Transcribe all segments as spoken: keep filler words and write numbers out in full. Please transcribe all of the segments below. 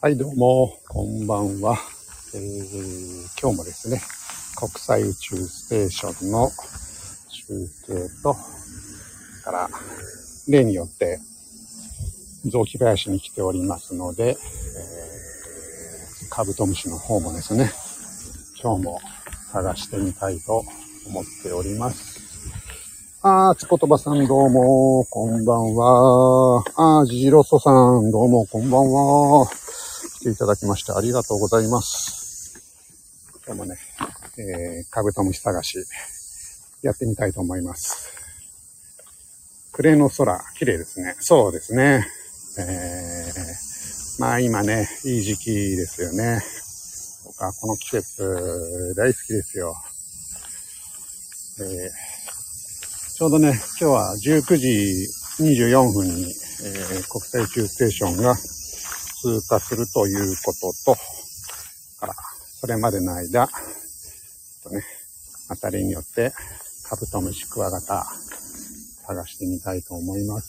はい、どうも、こんばんは。えー、今日もですね、国際宇宙ステーションの中継と、から、例によって雑木林に来ておりますので、えー、カブトムシの方もですね、今日も探してみたいと思っております。あー、つことばさんどうも、こんばんは。あー、ジジロソさんどうも、こんばんは。来ていただきましてありがとうございます。今日もね、えー、カブトムシ探しやってみたいと思います。暮れの空、綺麗ですね。そうですね。えー、まあ今ね、いい時期ですよね。僕はこの季節大好きですよ。えー、ちょうどね、今日はじゅうくじにじゅうよんふんに、えー、国際宇宙ステーションが通過するということと、からそれまでの間、とね、当たりによってカブトムシクワガタ探してみたいと思います。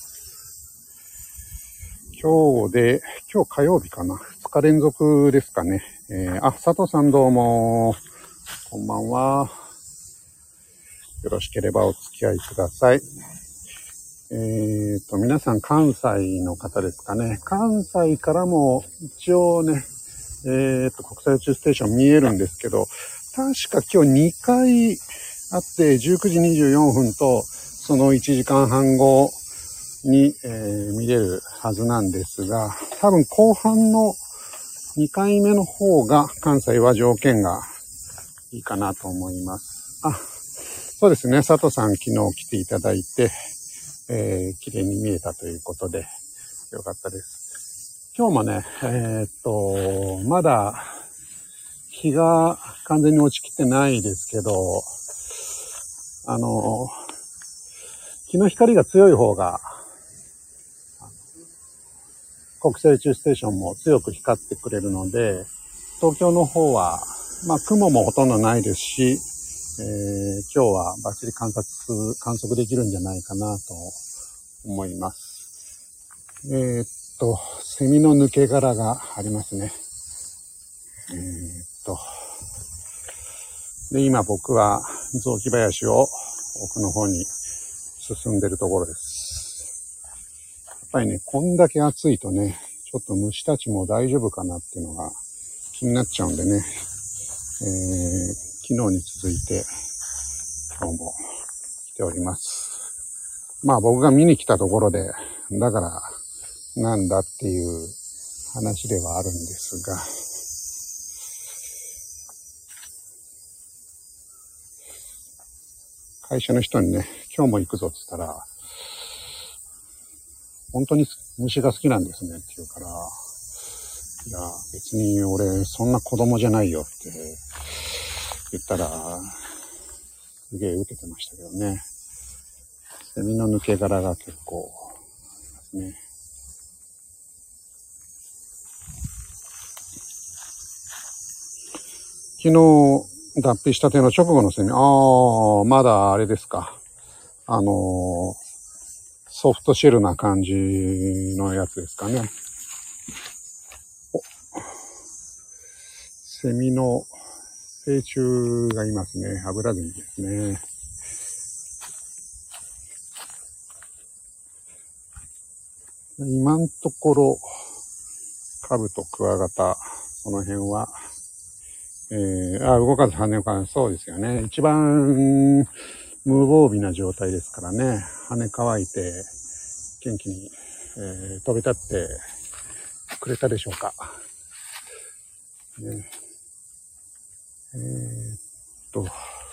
今日で、今日火曜日かな。ふつか連続ですかね。えー、あ、佐藤さんどうも。こんばんは。よろしければお付き合いください。えーと、皆さん関西の方ですかね。関西からも一応ね、えーと、国際宇宙ステーション見えるんですけど、確か今日にかいあってじゅうくじにじゅうよんふんとそのいちじかんはんごに、えー、見れるはずなんですが、多分後半のにかいめの方が関西は条件がいいかなと思います。あ、そうですね。佐藤さん昨日来ていただいて、えー、綺麗に見えたということでよかったです。今日もね、えー、っと、まだ日が完全に落ちきってないですけど、あの、日の光が強い方が、国際宇宙ステーションも強く光ってくれるので、東京の方は、まあ雲もほとんどないですし、えー、今日はバッチリ観察、観測できるんじゃないかなと思います。えー、っと、セミの抜け殻がありますね。えー、っと、で、今僕は雑木林を奥の方に進んでるところです。やっぱりね、こんだけ暑いとね、ちょっと虫たちも大丈夫かなっていうのが気になっちゃうんでね、えー、昨日に続いて今日も来ております。まあ僕が見に来たところで、だからなんだっていう話ではあるんですが、会社の人にね、今日も行くぞって言ったら、本当に虫が好きなんですねって言うから、いや、別に俺そんな子供じゃないよって言ったら、すげえ受けてましたけどね。セミの抜け殻が結構ですね。昨日脱皮したての直後のセミ、あー、まだあれですか。あのー、ソフトシェルな感じのやつですかね。セミの成虫がいますね。アブラゼミですね。今のところ、カブとクワガタ、その辺は、えー、あ、動かず跳ねかそうですよね。一番無防備な状態ですからね。羽乾いて、元気に、えー、飛び立ってくれたでしょうか。ね、えー、っと、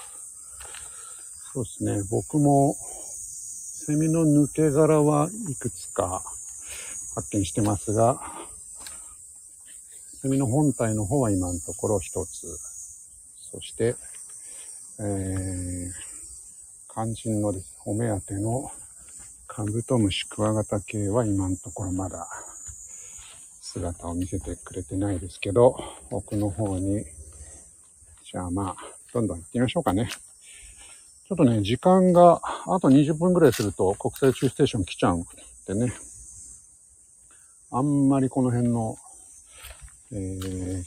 そうですね。僕も、セミの抜け殻はいくつか発見してますが、セミの本体の方は今のところ一つ。そして、えー、肝心のです、お目当てのカブトムシクワガタ系は今のところまだ姿を見せてくれてないですけど、奥の方に、じゃあまあ、どんどん行ってみましょうかね。ちょっとね、時間があとにじゅっぷんぐらいすると国際宇宙ステーション来ちゃうんでね、あんまりこの辺のえー、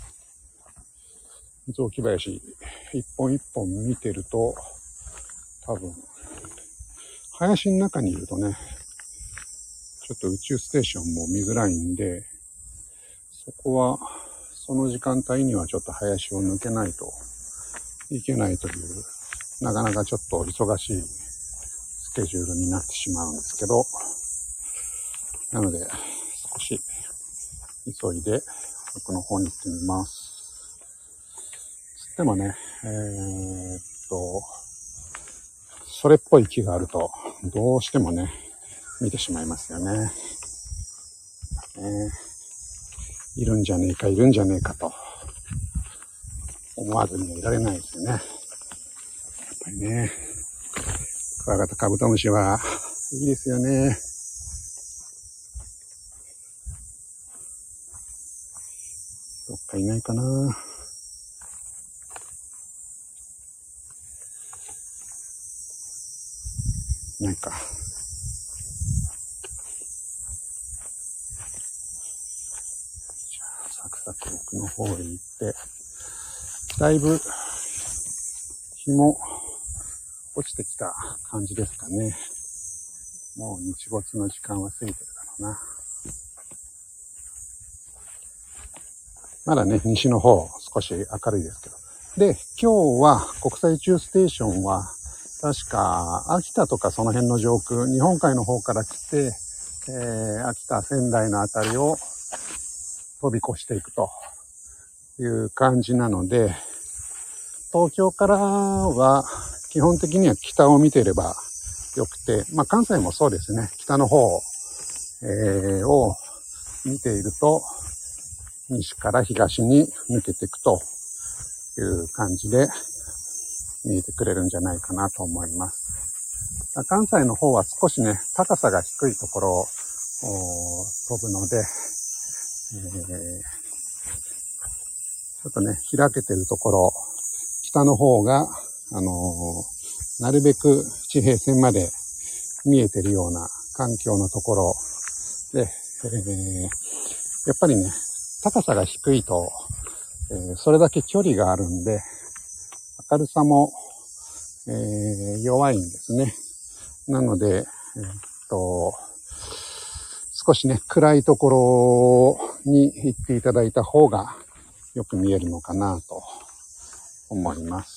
雑木林一本一本見てると、多分、林の中にいるとね、ちょっと宇宙ステーションも見づらいんで、そこは、その時間帯にはちょっと林を抜けないといけないという、なかなかちょっと忙しいスケジュールになってしまうんですけど、なので、少し急いで奥の方に行ってみます。つってもね、えー、っと、それっぽい木があると、どうしてもね、見てしまいますよね。えー、いるんじゃねえか、いるんじゃねえかと、思わずにはいられないですよね。やっぱりね、クワガタカブトムシはいいですよね。どっかいないかな。ないか。じゃあ、サクサク奥の方へ行って、だいぶ日も落ちてきた感じですかね。もう日没の時間は過ぎてるだろうな。まだね、西の方少し明るいですけど。で、今日は国際宇宙ステーションは確か秋田とかその辺の上空、日本海の方から来て、えー、秋田、仙台のあたりを飛び越していくという感じなので、東京からは基本的には北を見ていればよくて、まあ関西もそうですね、北の方、えー、を見ていると、西から東に抜けていくという感じで見えてくれるんじゃないかなと思います。関西の方は少しね、高さが低いところを飛ぶので、えー、ちょっとね、開けてるところ、北の方が、あのー、なるべく地平線まで見えてるような環境のところで、えー、やっぱりね、高さが低いと、えー、それだけ距離があるんで、明るさも、えー、弱いんですね。なので、えー、っと、少しね、暗いところに行っていただいた方がよく見えるのかなと思います。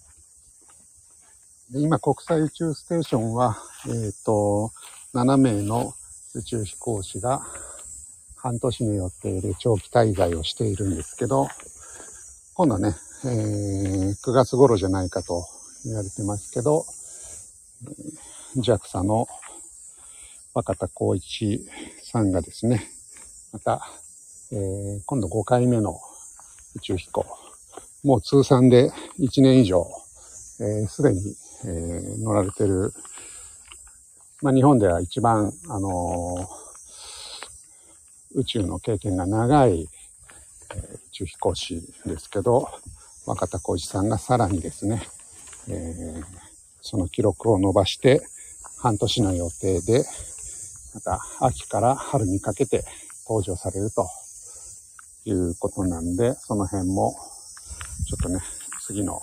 で今、国際宇宙ステーションは、えー、っと、ななめいの宇宙飛行士が半年によっている長期滞在をしているんですけど、今度はね、えー、くがつ頃じゃないかと言われてますけど、ジャクサ の若田光一さんがですね、また、えー、今度ごかいめの宇宙飛行、もう通算でいちねん以上、す、えー、で、に、えー、乗られてる、まあ、日本では一番、あのー、宇宙の経験が長い、えー、宇宙飛行士ですけど、若田光一さんがさらにですね、えー、その記録を伸ばして半年の予定で、また秋から春にかけて登場されるということなんで、その辺もちょっとね、次の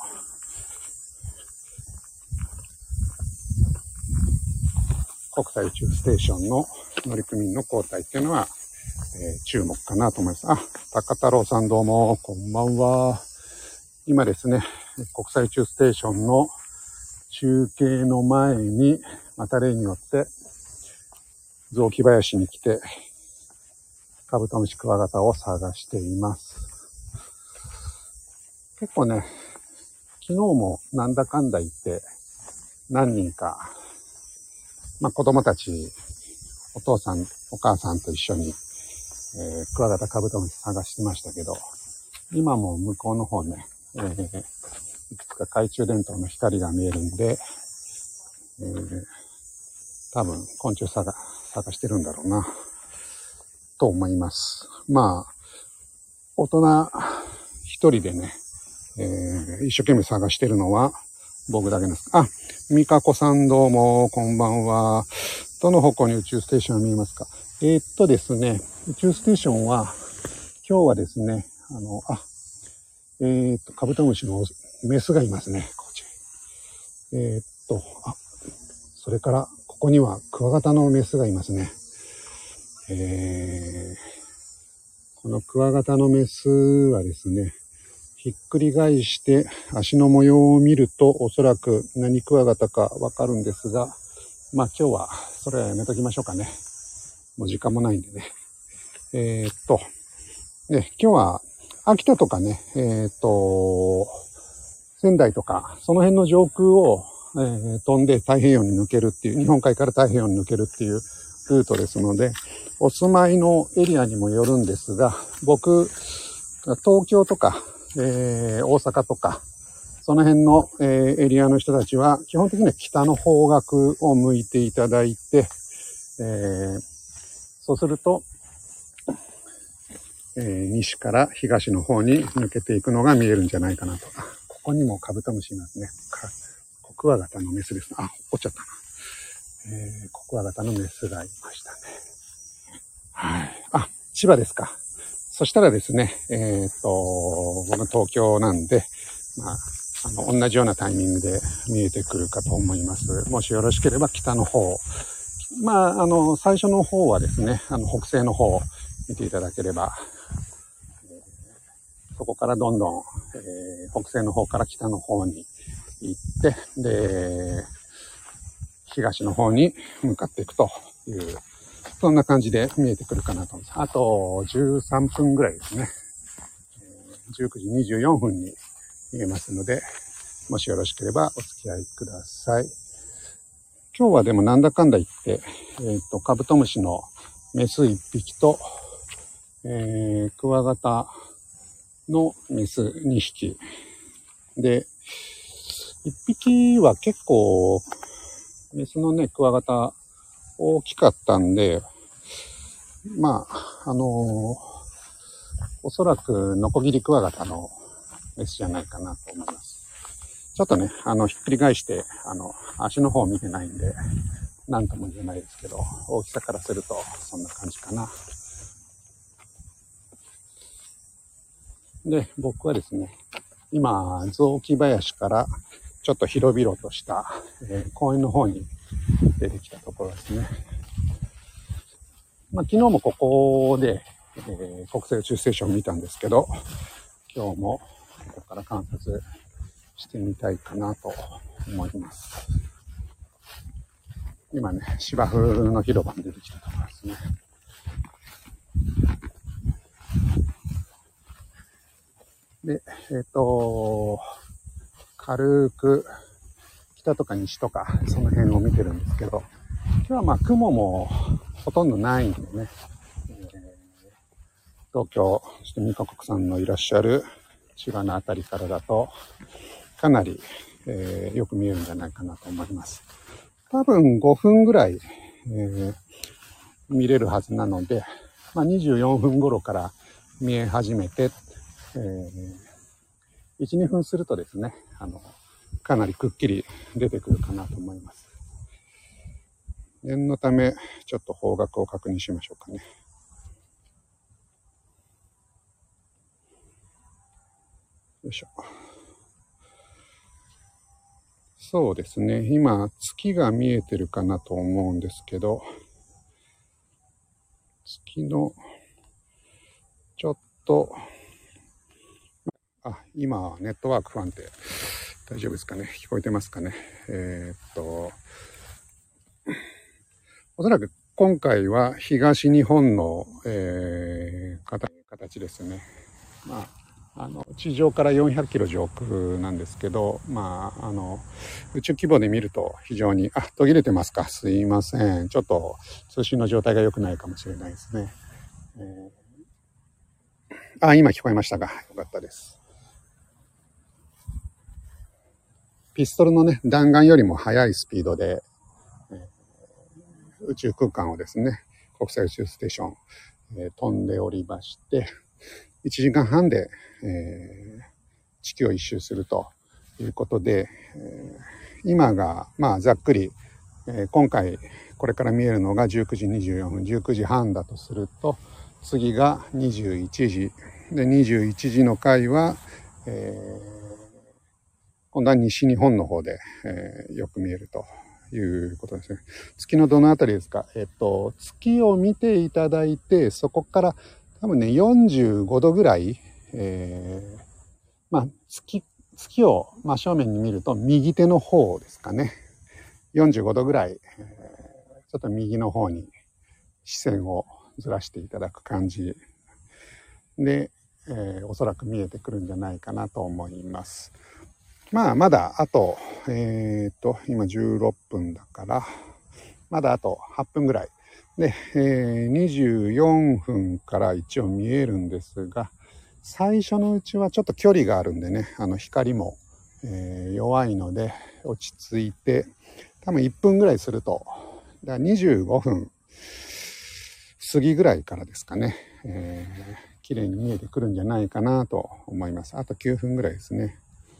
国際宇宙ステーションの乗組員の交代っていうのは、えー、注目かなと思います。あ、高太郎さんどうも、こんばんは。今ですね、国際宇宙ステーションの中継の前に、また例によって、雑木林に来て、カブトムシクワガタを探しています。結構ね、昨日もなんだかんだ言って、何人か、まあ子供たち、お父さん、お母さんと一緒に、えー、クワガタカブトムシ探してましたけど、今も向こうの方ね、えー、いくつか懐中電灯の光が見えるんで、えー、多分昆虫探探してるんだろうなと思います。まあ大人一人でね、えー、一生懸命探してるのは僕だけです。あ、みかこさんどうもこんばんは。どの方向に宇宙ステーションが見えますか？えー、っとですね、宇宙ステーションは今日はですね、あの、あ、えー、っと、カブトムシのメスがいますね。こっち。えー、っと、あ、それから、ここにはクワガタのメスがいますね。えー、このクワガタのメスはですね、ひっくり返して足の模様を見るとおそらく何クワガタかわかるんですが、まあ今日はそれはやめときましょうかね。もう時間もないんでね。えー、っと、で、今日は秋田とかね、えー、っと、仙台とか、その辺の上空を、えー、飛んで太平洋に抜けるっていう、日本海から太平洋に抜けるっていうルートですので、お住まいのエリアにもよるんですが、僕、東京とか、えー、大阪とか、その辺の、えー、エリアの人たちは、基本的には北の方角を向いていただいて、えー、そうすると、えー、西から東の方に抜けていくのが見えるんじゃないかなと。あ、ここにもカブトムシいますね。クワガタのメスです。あ、落ちちゃったな。えー、クワガタのメスがいましたね。はい。あ、千葉ですか。そしたらですね、えっと、僕は東京なんで、まあ、あの、同じようなタイミングで見えてくるかと思います。もしよろしければ北の方、まあ、あの、最初の方はですね、あの、北西の方を見ていただければ、そこからどんどん、えー、北西の方から北の方に行って、で、東の方に向かっていくという、そんな感じで見えてくるかなと思います。あとじゅうさんぷんぐらいですね。じゅうくじにじゅうよんぷんに見えますので、もしよろしければお付き合いください。今日はでもなんだかんだ言って、えっと、カブトムシのメスいっぴきと、えー、クワガタのメスにひき。で、いっぴきは結構、メスのね、クワガタ大きかったんで、まあ、あのー、おそらくノコギリクワガタのメスじゃないかなと思います。ちょっとね、あの、ひっくり返して、あの、足の方を見てないんで、なんとも言えないですけど、大きさからすると、そんな感じかな。で、僕はですね、今、雑木林からちょっと広々とした、えー、公園の方に出てきたところですね。まあ、昨日もここで、えー、国際宇宙ステーションを見たんですけど、今日もここから観察してみたいかなと思います。今ね、芝生の広場に出てきたところですね。で、えっと、軽く北とか西とかその辺を見てるんですけど、今日はまあ雲もほとんどないんでね、えー、東京、そして三カ国さんのいらっしゃる千葉のあたりからだとかなり、えー、よく見えるんじゃないかなと思います。多分ごふんぐらい、えー、見れるはずなので、まあ、にじゅうよんぷん頃から見え始めて、えー、いち、にふんするとですね、あの、かなりくっきり出てくるかなと思います。念のため、ちょっと方角を確認しましょうかね。よいしょ。そうですね。今、月が見えてるかなと思うんですけど、月の、ちょっと、あ、今、ネットワーク不安定。大丈夫ですかね。聞こえてますかね。えー、っと、おそらく今回は東日本の、えー、形ですね。まあ、あの、地上からよんひゃくキロ上空なんですけど、まあ、あの、宇宙規模で見ると非常に、あ、途切れてますか。すいません。ちょっと通信の状態が良くないかもしれないですね。えー、あ、今聞こえましたが、よかったです。ピストルのね、弾丸よりも速いスピードで、えー、宇宙空間をですね、国際宇宙ステーション、えー、飛んでおりまして、いちじかんはんで、えー、地球を一周するということで、えー、今が、まあ、ざっくり、えー、今回これから見えるのがじゅうくじにじゅうよんぷん、じゅうくじはんだとすると、 次がにじゅういちじで、にじゅういちじの回は、えー、今度は西日本の方で、えー、よく見えるということですね。月のどのあたりですか？えっと、月を見ていただいて、そこから多分ね、よんじゅうごどぐらい、えー、まあ、月、月を真正面に見ると右手の方ですかね。よんじゅうごどぐらい、えー、ちょっと右の方に視線をずらしていただく感じで、えー、おそらく見えてくるんじゃないかなと思います。まあまだあとえっと今じゅうろっぷんだからまだあとはっぷんぐらいで、えー、にじゅうよんふんから一応見えるんですが、最初のうちはちょっと距離があるんでね、あの光も、えー、弱いので落ち着いて、多分いっぷんぐらいすると、だからにじゅうごふん過ぎぐらいからですかね、えー、綺麗に見えてくるんじゃないかなと思います。あときゅうふんぐらいですね。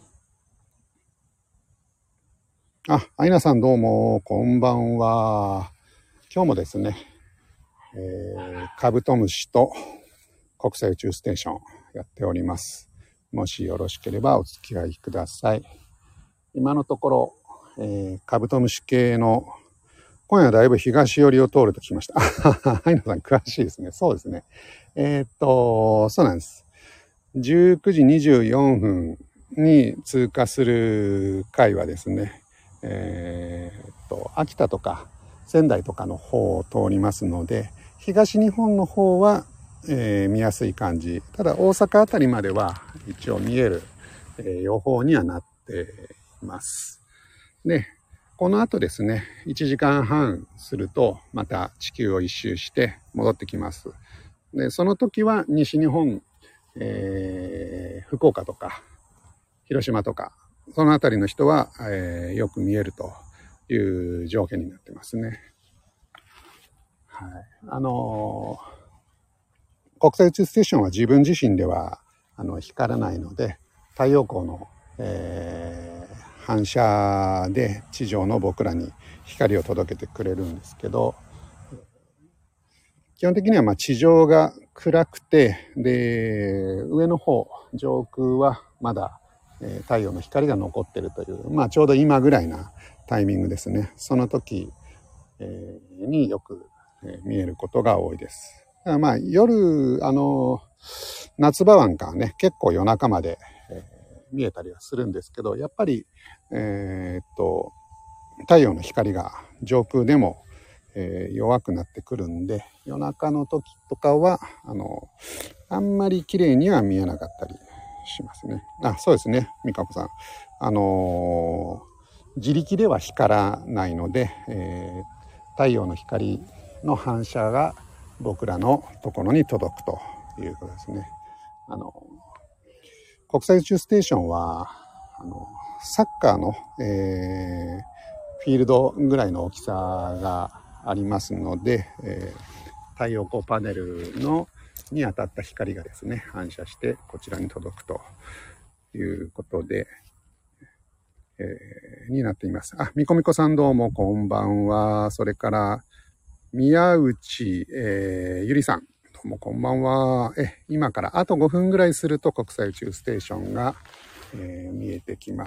あ、アイナさんどうもこんばんは。今日もですね、えー、カブトムシと国際宇宙ステーションやっております。もしよろしければお付き合いください。今のところ、えー、カブトムシ系の今夜はだいぶ東寄りを通ると聞きました。アイナさん詳しいですね。そうですね。えー、っと、そうなんです。じゅうくじにじゅうよんふんに通過する回はですね、えー、っと、秋田とか仙台とかの方を通りますので、東日本の方は、えー、見やすい感じ。ただ大阪あたりまでは一応見える、えー、予報にはなっています。で、この後ですね、いちじかんはんするとまた地球を一周して戻ってきます。で、その時は西日本、えー、福岡とか広島とかそのあたりの人は、えー、よく見えるという条件になってますね。はい、あのー、国際宇宙ステーションは自分自身ではあの光らないので、太陽光の、えー反射で地上の僕らに光を届けてくれるんですけど、基本的にはまあ地上が暗くて、で上の方上空はまだ、えー、太陽の光が残ってるという、まあちょうど今ぐらいなタイミングですね。その時、えー、によく、えー、見えることが多いです。だからまあ夜あの夏場なんかはね、結構夜中まで、えー見えたりはするんですけど、やっぱり、えー、っと太陽の光が上空でも、えー、弱くなってくるんで、夜中の時とかはあのあんまり綺麗には見えなかったりしますね。あ、そうですね、みかこさん、あのー、自力では光らないので、えー、太陽の光の反射が僕らのところに届くということですね。あの国際宇宙ステーションはあのサッカーの、えー、フィールドぐらいの大きさがありますので、えー、太陽光パネルのに当たった光がですね反射してこちらに届くということで、えー、になっています。あ、みこみこさんどうもこんばんは。それから宮内、えー、ゆりさんどうもこんばんは。え今からあとごふんぐらいすると国際宇宙ステーションが、えー、見えてきます。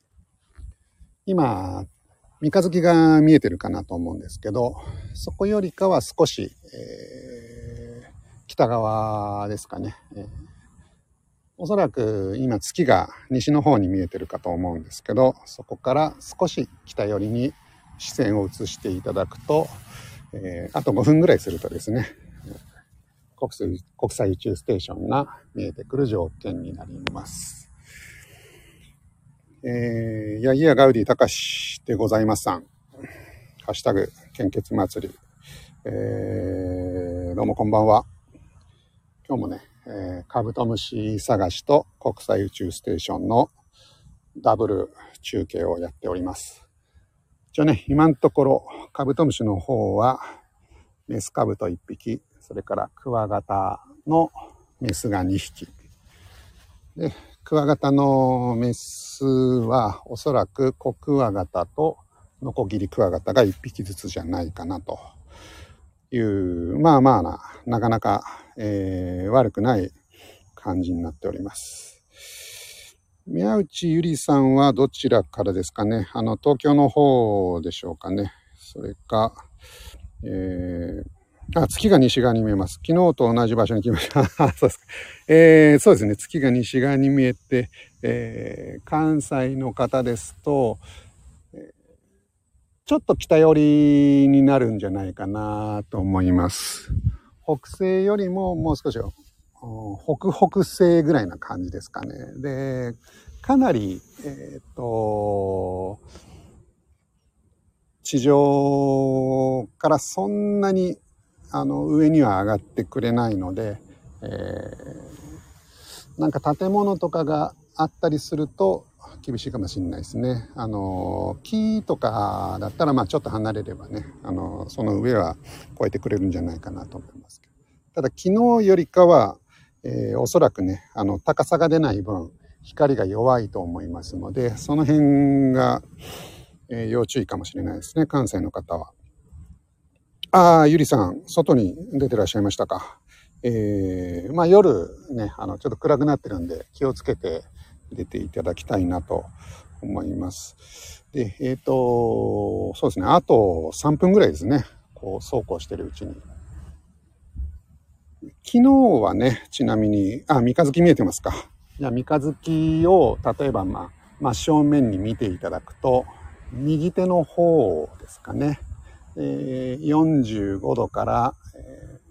今三日月が見えてるかなと思うんですけど、そこよりかは少し、えー、北側ですかね、えー、おそらく今月が西の方に見えてるかと思うんですけど、そこから少し北寄りに視線を移していただくと、えー、あとごふんぐらいするとですね、国際、国際宇宙ステーションが見えてくる条件になります。えー、いやいやガウディたかしでございますさん。ハッシュタグ献血祭り。えー、どうもこんばんは。今日もね、えー、カブトムシ探しと国際宇宙ステーションのダブル中継をやっております。一応ね、今のところカブトムシの方はメスカブトいっぴき、それからクワガタのメスがにひきで、クワガタのメスはおそらくコクワガタとノコギリクワガタがいっぴきずつじゃないかなという、まあまあななかなか、えー、悪くない感じになっております。宮内ゆりさんはどちらからですかね。あの、東京の方でしょうかね。それか、えー、あ、月が西側に見えます。昨日と同じ場所に来ました。そうですか。えー、そうですね。月が西側に見えて、えー、関西の方ですと、ちょっと北寄りになるんじゃないかなと思います。北西よりももう少し北北西ぐらいな感じですかね。で、かなり、えっと、地上からそんなにあの上には上がってくれないので、えー、なんか建物とかがあったりすると厳しいかもしれないですね。あの木とかだったらまあちょっと離れればね、あのその上は越えてくれるんじゃないかなと思いますけど、ただ昨日よりかは、えー、おそらくね、あの高さが出ない分光が弱いと思いますので、その辺が、えー、要注意かもしれないですね、関西の方は。ああ、ゆりさん、外に出てらっしゃいましたか。えー、まあ夜ね、あのちょっと暗くなってるんで気をつけて出ていただきたいなと思います。で、えっと、そうですね、あとさんぷんぐらいですね、こうそうこうしてるうちに。昨日はね、ちなみに、あ、三日月見えてますか。じゃあ三日月を例えば、まあ、真正面に見ていただくと、右手の方ですかね、えー、よんじゅうごどから、え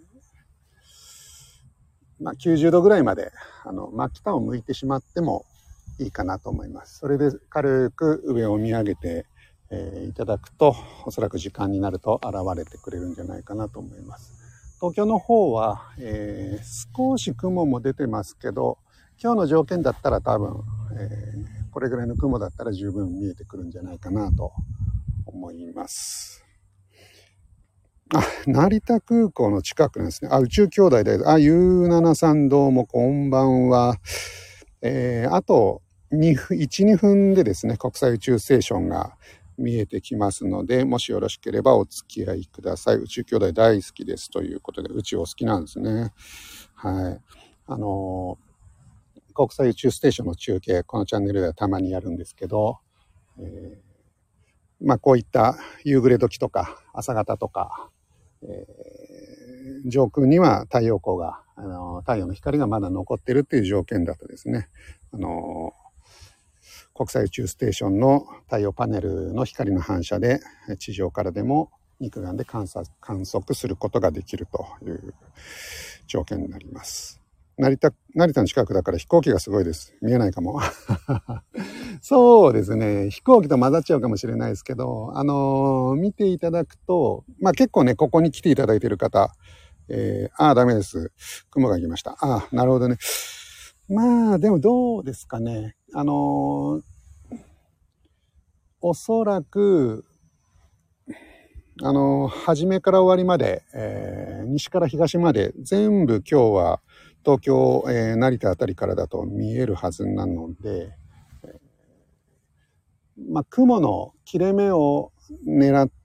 ーまあ、きゅうじゅうどぐらいまであの真北を向いてしまってもいいかなと思います。それで軽く上を見上げて、えー、いただくと、おそらく時間になると現れてくれるんじゃないかなと思います。東京の方は、えー、少し雲も出てますけど、今日の条件だったら多分、えー、これぐらいの雲だったら十分見えてくるんじゃないかなと思います。あ、成田空港の近くなんですね。あ、宇宙兄弟です。あ、ゆうななさんどうもこんばんは。えー、あといち、にふんでですね、国際宇宙ステーションが見えてきますので、もしよろしければお付き合いください。宇宙兄弟大好きですということで、宇宙お好きなんですね。はい。あのー、国際宇宙ステーションの中継、このチャンネルではたまにやるんですけど、えー、まあこういった夕暮れ時とか朝方とか、えー、上空には太陽光が、あの太陽の光がまだ残っているっていう条件だとですね、あの国際宇宙ステーションの太陽パネルの光の反射で地上からでも肉眼で観察観測することができるという条件になります。成田成田の近くだから飛行機がすごいです。見えないかも。そうですね。飛行機と混ざっちゃうかもしれないですけど、あのー、見ていただくと、まあ結構ね、ここに来ていただいている方、えー、ああ、ダメです。雲が来ました。ああ、なるほどね。まあ、でもどうですかね。あのー、おそらく、あのー、初めから終わりまで、えー、西から東まで全部今日は東京、えー、成田あたりからだと見えるはずなので、まあ、雲の切れ目を狙って、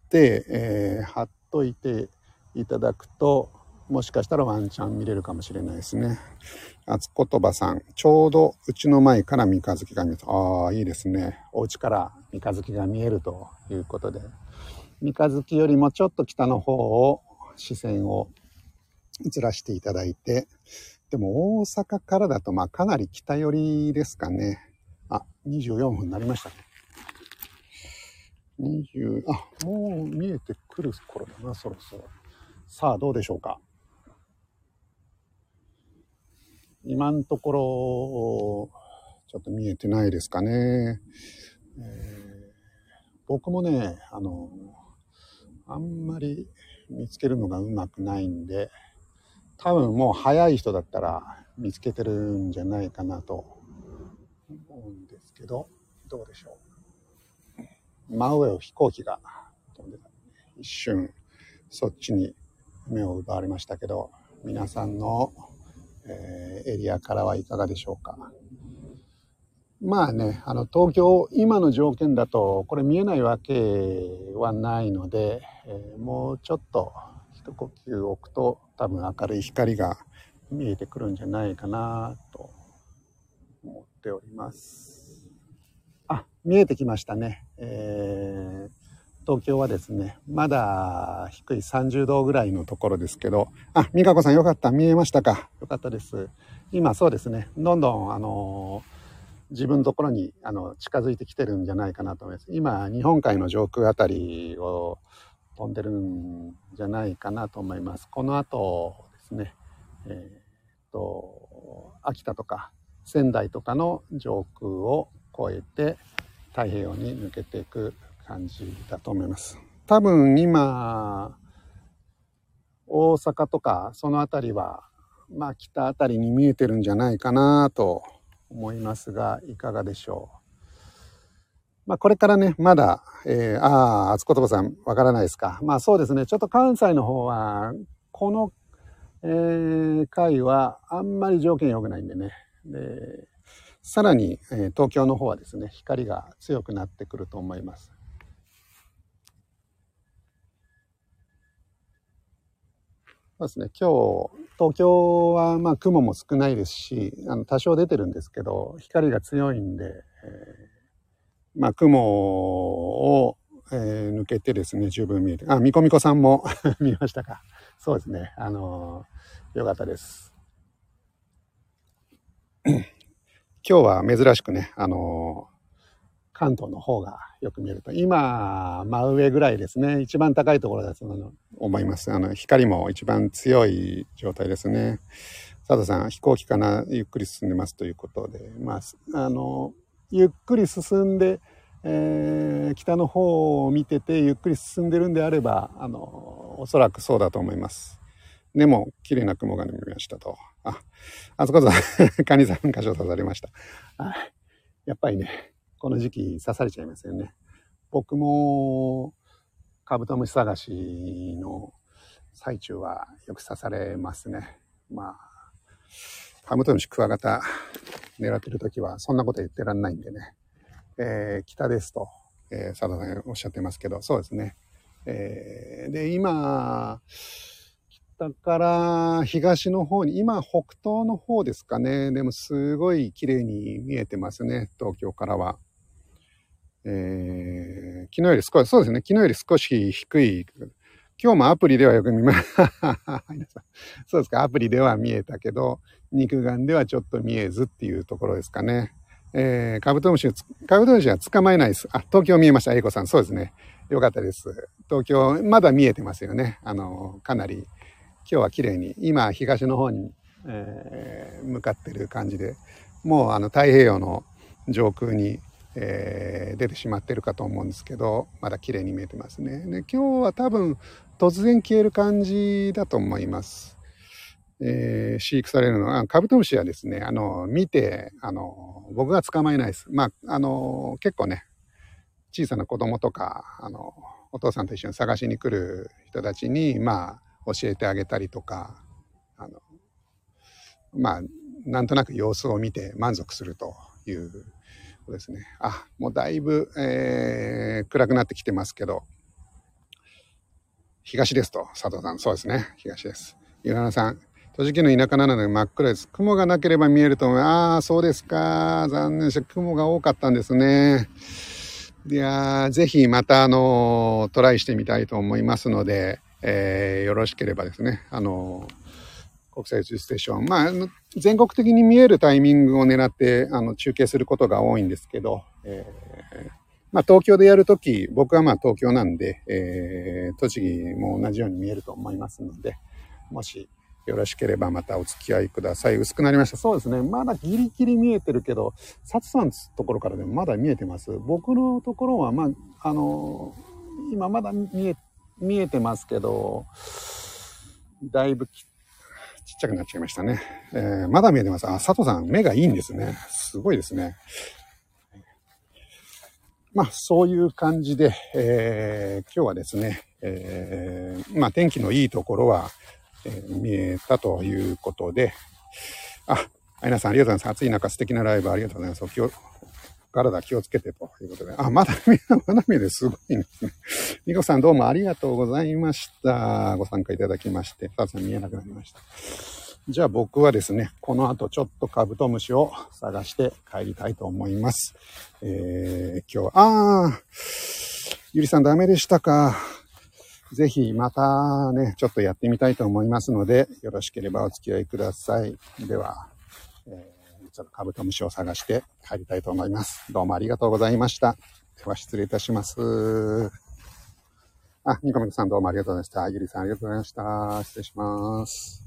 えー、貼っといていただくと、もしかしたらワンチャン見れるかもしれないですね。あつことばさん、ちょうどうちの前から三日月が見える。ああ、いいですね。お家から三日月が見えるということで、三日月よりもちょっと北の方を視線をずらしていただいて、でも大阪からだとまあかなり北寄りですかね。あ、にじゅうよんぷんになりましたね。にじゅう、あ、もう見えてくる頃だな、そろそろ。さあ、どうでしょうか。今のところ、ちょっと見えてないですかね。えー、僕もね、あの、あんまり見つけるのがうまくないんで、多分もう早い人だったら見つけてるんじゃないかなと思うんですけど、どうでしょう。真上を飛行機が飛んでた、一瞬そっちに目を奪われましたけど、皆さんの、えー、エリアからはいかがでしょうか。まあね、あの東京今の条件だとこれ見えないわけはないので、えー、もうちょっと一呼吸置くと多分明るい光が見えてくるんじゃないかなと思っております。あ、見えてきましたね。えー、東京はですね、まだ低いさんじゅうどぐらいのところですけど、あ、美香子さんよかった、見えましたか。よかったです。今そうですね、どんどんあの自分のところにあの近づいてきてるんじゃないかなと思います。今日本海の上空あたりを飛んでるんじゃないかなと思います。この後ですね、えー、と秋田とか仙台とかの上空を越えて太平洋に抜けていく感じだと思います。多分今大阪とかその辺りはまあ北あたりに見えてるんじゃないかなと思いますが、いかがでしょう。まあこれからね、まだ、えー、ああ、あつことばさんわからないですか。まあそうですね、ちょっと関西の方はこの、えー、回はあんまり条件良くないんでね。でさらに、えー、東京の方はですね、光が強くなってくると思います。そうですね、今日東京はまあ雲も少ないですし、あの多少出てるんですけど光が強いんで、えー、まあ雲を、えー、抜けてですね、十分見えて、あ、みこみこさんも見ましたか。そうですね、あのー、よかったです。今日は珍しくね、あのー関東の方がよく見えると、今真上ぐらいですね、一番高いところだと思います。あの光も一番強い状態ですね。佐藤さん、飛行機かな、ゆっくり進んでますということで、まああのゆっくり進んで、えー、北の方を見ててゆっくり進んでるんであれば、あのおそらくそうだと思います。でも綺麗な雲が見えましたと。あ、あそこさんカニさん箇所刺されました。あ、やっぱりね、この時期刺されちゃいますよね。僕もカブトムシ探しの最中はよく刺されますね。まあカブトムシクワガタ狙ってる時はそんなこと言ってらんないんでね、えー、北ですと、えー、佐藤さんおっしゃってますけど、そうですね、えー、で今北から東の方に、今北東の方ですかね。でもすごい綺麗に見えてますね、東京からは。えー、昨日より少し、そうですね、昨日より少し低い。今日もアプリではよく見まそうですか、アプリでは見えたけど、肉眼ではちょっと見えずっていうところですかね。えー、カブトムシ、カブトムシは捕まえないです。あ、東京見えました、英子さん。そうですね。よかったです。東京、まだ見えてますよね。あの、かなり、今日は綺麗に、今、東の方に、えー、向かってる感じで、もう、あの、太平洋の上空に、えー、出てしまってるかと思うんですけど、まだ綺麗に見えてますね。で、今日は多分突然消える感じだと思います。えー、飼育されるのはカブトムシはですね、あの見て、あの僕が捕まえないです。まああの結構ね、小さな子供とか、あのお父さんと一緒に探しに来る人たちにまあ教えてあげたりとか、あのまあなんとなく様子を見て満足するというですね。あ、もうだいぶ、えー、暗くなってきてますけど、東ですと、佐藤さん、そうですね、東です。ゆらなさん、栃木の田舎なので真っ暗です。雲がなければ見えると思う。ああ、そうですか。残念でした。雲が多かったんですね。いやー、ぜひまた、あのー、トライしてみたいと思いますので、えー、よろしければですね、あのー国際宇宙ステーション、まあ、全国的に見えるタイミングを狙ってあの中継することが多いんですけど、えーまあ、東京でやるとき、僕はまあ東京なんで、えー、栃木も同じように見えると思いますので、もしよろしければまたお付き合いください。薄くなりました。そうですね、まだギリギリ見えてるけど、サツさんのところからでもまだ見えてます。僕のところは、まあ、あのー、今まだ見え、見えてますけど、だいぶきちっちゃくなっちゃいましたね。えー、まだ見えてます。あ、佐藤さん、目がいいんですね。すごいですね。まあ、そういう感じで、えー、今日はですね、えー、まあ、天気のいいところは、えー、見えたということで、あ、アイナさん、ありがとうございます。暑い中、素敵なライブありがとうございます。お気を体気をつけてということで。あ、まだ見え、まだ見えですごいですね。みこさんどうもありがとうございました。ご参加いただきまして。たださん見えなくなりました。じゃあ僕はですね、この後ちょっとカブトムシを探して帰りたいと思います。えー、今日は、あー、ゆりさんダメでしたか。ぜひまたね、ちょっとやってみたいと思いますので、よろしければお付き合いください。では、えー、ちょっとカブトムシを探して帰りたいと思います。どうもありがとうございました。では失礼いたします。あ、ニコミコさんどうもありがとうございました。ゆりさんありがとうございました。失礼します。